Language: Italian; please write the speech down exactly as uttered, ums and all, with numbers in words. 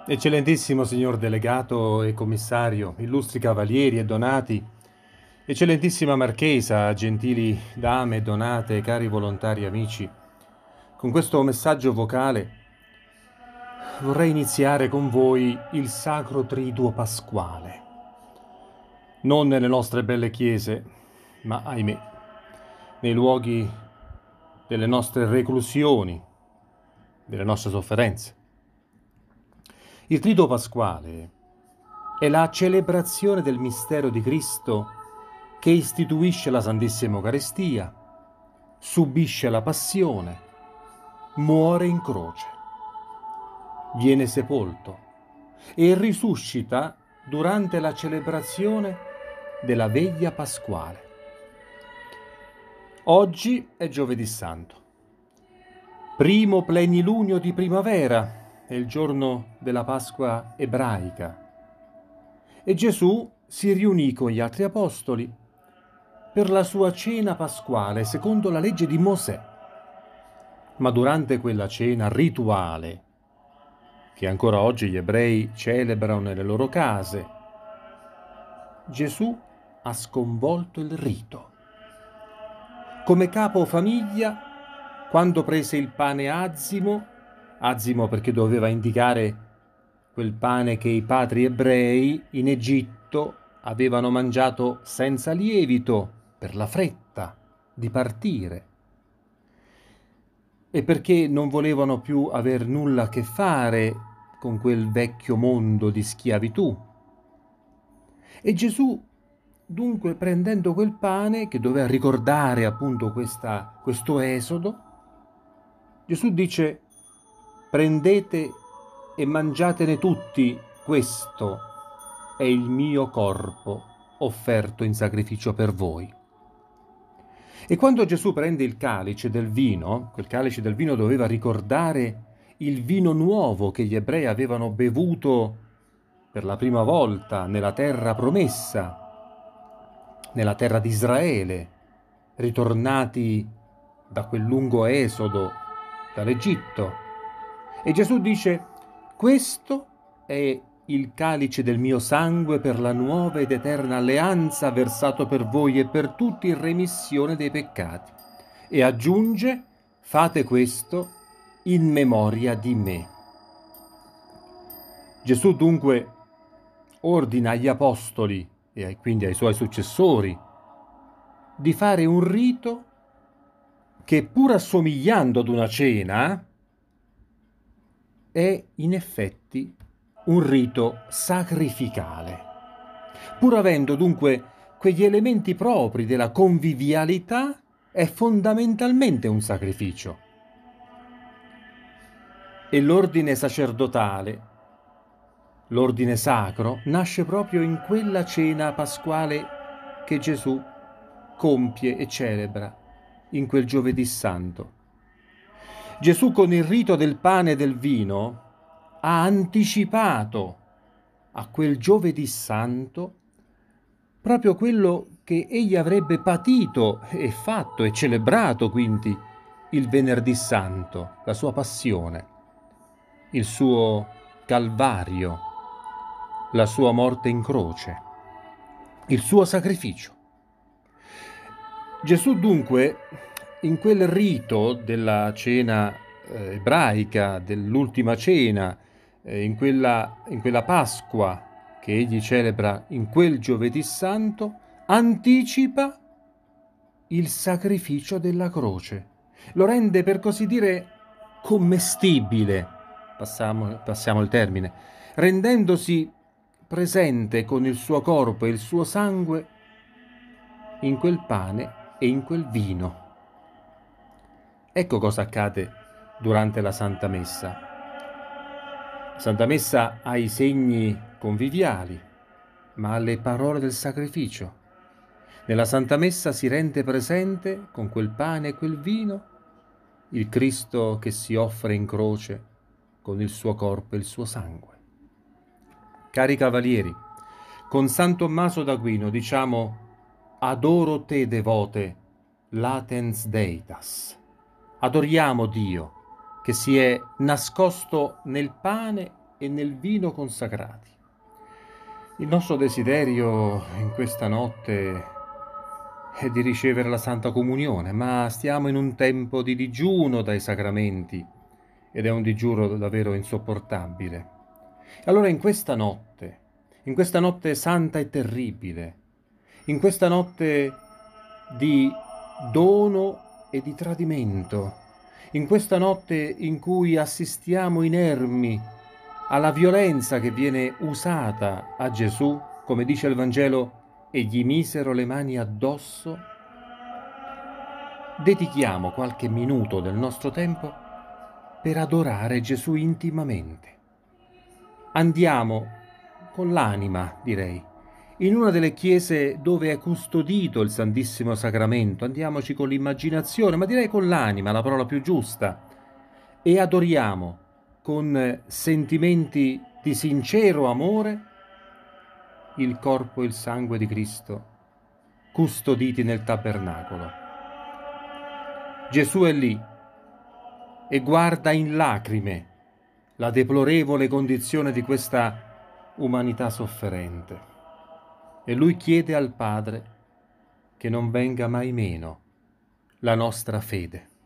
Eccellentissimo signor delegato e commissario, illustri cavalieri e donati, eccellentissima marchesa, gentili dame, donate, cari volontari amici, con questo messaggio vocale vorrei iniziare con voi il Sacro Triduo Pasquale. Non nelle nostre belle chiese, ma ahimè, nei luoghi delle nostre reclusioni, delle nostre sofferenze. Il Triduo Pasquale è la celebrazione del mistero di Cristo che istituisce la Santissima Eucaristia, subisce la passione, muore in croce, viene sepolto e risuscita durante la celebrazione della veglia pasquale. Oggi è Giovedì Santo, primo plenilunio di primavera, è il giorno della Pasqua ebraica, e Gesù si riunì con gli altri apostoli per la sua cena pasquale secondo la legge di Mosè. Ma durante quella cena rituale, che ancora oggi gli ebrei celebrano nelle loro case, Gesù ha sconvolto il rito. Come capofamiglia, quando prese il pane azimo, azimo perché doveva indicare quel pane che i padri ebrei in Egitto avevano mangiato senza lievito per la fretta di partire e perché non volevano più aver nulla a che fare con quel vecchio mondo di schiavitù. E Gesù, dunque, prendendo quel pane che doveva ricordare appunto questa, questo esodo, Gesù dice: prendete e mangiatene tutti, questo è il mio corpo offerto in sacrificio per voi. E quando Gesù prende il calice del vino, quel calice del vino doveva ricordare il vino nuovo che gli ebrei avevano bevuto per la prima volta nella terra promessa, nella terra di Israele, ritornati da quel lungo esodo dall'Egitto. E Gesù dice: questo è il calice del mio sangue per la nuova ed eterna alleanza versato per voi e per tutti in remissione dei peccati. E aggiunge: fate questo in memoria di me. Gesù dunque ordina agli apostoli e quindi ai suoi successori di fare un rito che, pur assomigliando ad una cena, è in effetti un rito sacrificale, pur avendo dunque quegli elementi propri della convivialità, è fondamentalmente un sacrificio. E l'ordine sacerdotale, l'ordine sacro, nasce proprio in quella cena pasquale che Gesù compie e celebra in quel Giovedì Santo. Gesù, con il rito del pane e del vino, ha anticipato a quel Giovedì Santo proprio quello che egli avrebbe patito e fatto e celebrato quindi il Venerdì Santo, la sua passione, il suo calvario, la sua morte in croce, il suo sacrificio. Gesù dunque, in quel rito della cena eh, ebraica, dell'ultima cena, eh, in, quella, in quella Pasqua che egli celebra in quel Giovedì Santo, anticipa il sacrificio della croce. Lo rende, per così dire, commestibile, passiamo, passiamo il termine, rendendosi presente con il suo corpo e il suo sangue in quel pane e in quel vino. Ecco cosa accade durante la Santa Messa. La Santa Messa ha i segni conviviali, ma ha le parole del sacrificio. Nella Santa Messa si rende presente, con quel pane e quel vino, il Cristo che si offre in croce con il suo corpo e il suo sangue. Cari cavalieri, con San Tommaso d'Aquino diciamo: adoro te, devote, latens deitas. Adoriamo Dio che si è nascosto nel pane e nel vino consacrati. Il nostro desiderio in questa notte è di ricevere la Santa Comunione, ma stiamo in un tempo di digiuno dai sacramenti ed è un digiuno davvero insopportabile. Allora in questa notte, in questa notte santa e terribile, in questa notte di dono e di tradimento, in questa notte in cui assistiamo inermi alla violenza che viene usata a Gesù, come dice il Vangelo, e gli misero le mani addosso, dedichiamo qualche minuto del nostro tempo per adorare Gesù intimamente. Andiamo con l'anima, direi, in una delle chiese dove è custodito il Santissimo Sacramento, andiamoci con l'immaginazione, ma direi con l'anima, la parola più giusta, e adoriamo con sentimenti di sincero amore il corpo e il sangue di Cristo custoditi nel tabernacolo. Gesù è lì e guarda in lacrime la deplorevole condizione di questa umanità sofferente. E lui chiede al Padre che non venga mai meno la nostra fede.